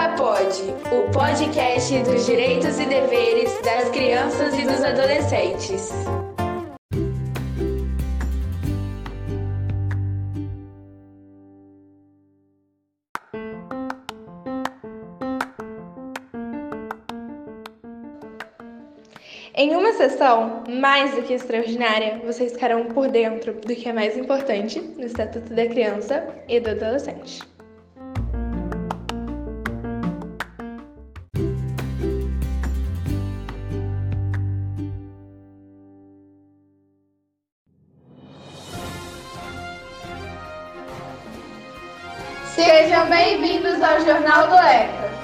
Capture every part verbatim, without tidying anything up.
EducaPod, o podcast dos direitos e deveres das crianças e dos adolescentes. Em uma sessão mais do que extraordinária, vocês ficarão por dentro do que é mais importante no Estatuto da Criança e do Adolescente. Sejam bem-vindos ao Jornal do ECA.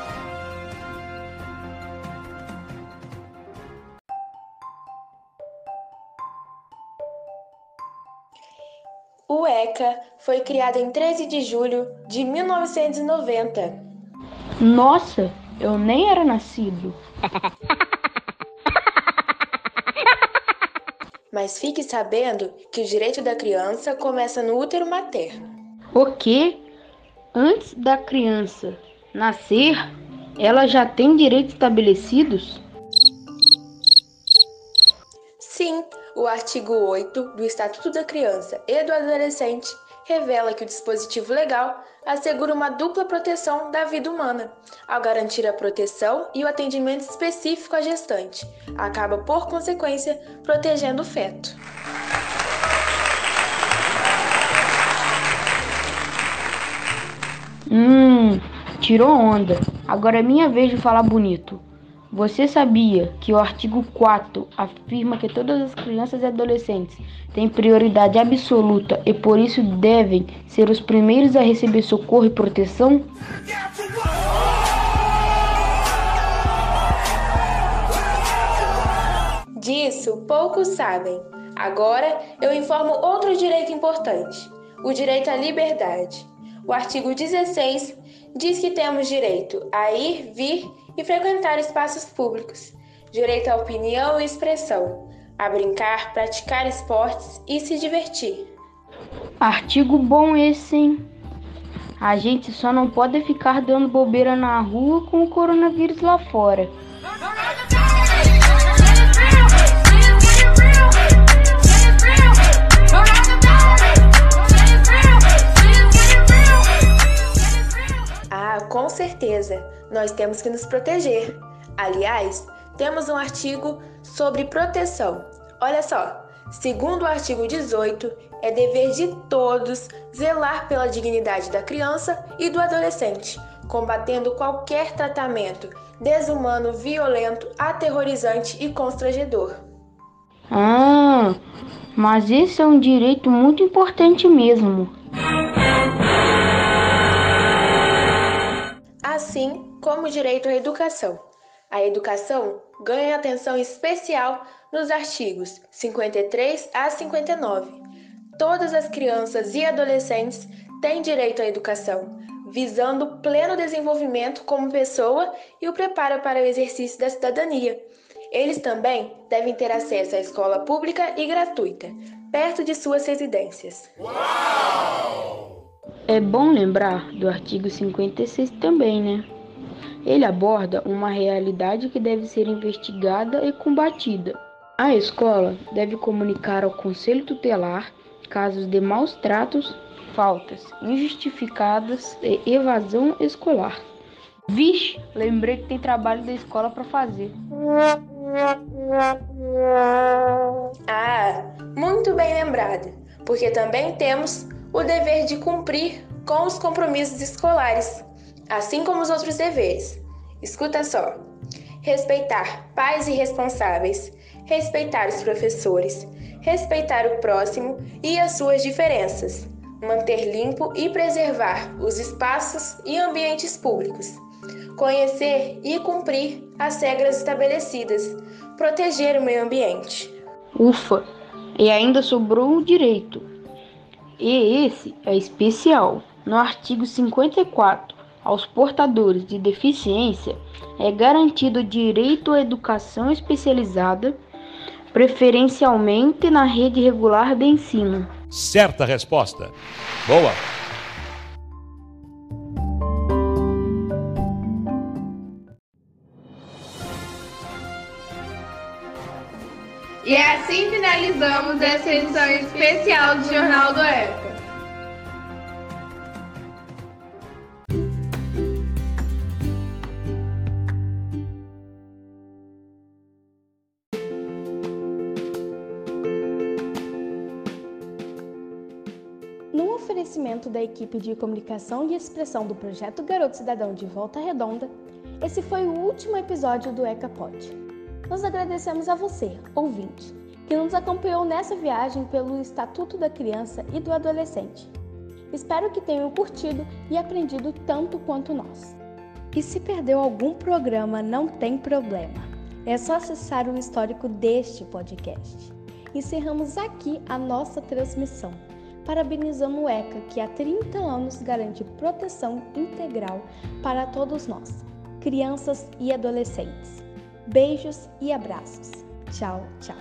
O ECA foi criado em treze de julho de mil novecentos e noventa. Nossa, eu nem era nascido. Mas fique sabendo que o direito da criança começa no útero materno. O quê? Antes da criança nascer, ela já tem direitos estabelecidos? Sim, o artigo oito do Estatuto da Criança e do Adolescente revela que o dispositivo legal assegura uma dupla proteção da vida humana, ao garantir a proteção e o atendimento específico à gestante. Acaba, por consequência, protegendo o feto. Hum, tirou onda. Agora é minha vez de falar bonito. Você sabia que o artigo quatro afirma que todas as crianças e adolescentes têm prioridade absoluta e por isso devem ser os primeiros a receber socorro e proteção? Disso poucos sabem. Agora eu informo outro direito importante: o direito à liberdade. O artigo dezesseis diz que temos direito a ir, vir e frequentar espaços públicos, direito à opinião e expressão, a brincar, praticar esportes e se divertir. Artigo bom esse, hein? A gente só não pode ficar dando bobeira na rua com o coronavírus lá fora. Com certeza, nós temos que nos proteger. Aliás, temos um artigo sobre proteção. Olha só, segundo o artigo dezoito, é dever de todos zelar pela dignidade da criança e do adolescente, combatendo qualquer tratamento desumano, violento, aterrorizante e constrangedor. Ah, mas esse é um direito muito importante mesmo. Assim como o direito à educação. A educação ganha atenção especial nos artigos cinquenta e três a cinquenta e nove. Todas as crianças e adolescentes têm direito à educação, visando o pleno desenvolvimento como pessoa e o preparo para o exercício da cidadania. Eles também devem ter acesso à escola pública e gratuita, perto de suas residências. Uau! É bom lembrar do artigo cinquenta e seis também, né? Ele aborda uma realidade que deve ser investigada e combatida. A escola deve comunicar ao Conselho Tutelar casos de maus tratos, faltas injustificadas e evasão escolar. Vixe, lembrei que tem trabalho da escola para fazer. Ah, muito bem lembrado, porque também temos o dever de cumprir com os compromissos escolares, assim como os outros deveres. Escuta só: respeitar pais e responsáveis, respeitar os professores, respeitar o próximo e as suas diferenças, manter limpo e preservar os espaços e ambientes públicos, conhecer e cumprir as regras estabelecidas, proteger o meio ambiente. Ufa, e ainda sobrou um direito. E esse é especial. No artigo cinquenta e quatro, aos portadores de deficiência é garantido o direito à educação especializada, preferencialmente na rede regular de ensino. Certa resposta. Boa! E assim finalizamos essa edição especial do Jornal do ECA. No oferecimento da equipe de comunicação e expressão do projeto Garoto Cidadão de Volta Redonda, esse foi o último episódio do ECA Pod. Nós agradecemos a você, ouvinte, que nos acompanhou nessa viagem pelo Estatuto da Criança e do Adolescente. Espero que tenham curtido e aprendido tanto quanto nós. E se perdeu algum programa, não tem problema. É só acessar o histórico deste podcast. Encerramos aqui a nossa transmissão, parabenizando o ECA, que há trinta anos garante proteção integral para todos nós, crianças e adolescentes. Beijos e abraços. Tchau, tchau.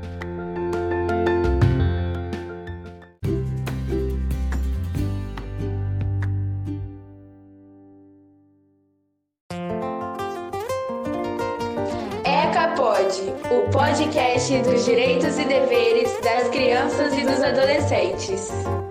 ECA Pod, o podcast dos direitos e deveres das crianças e dos adolescentes.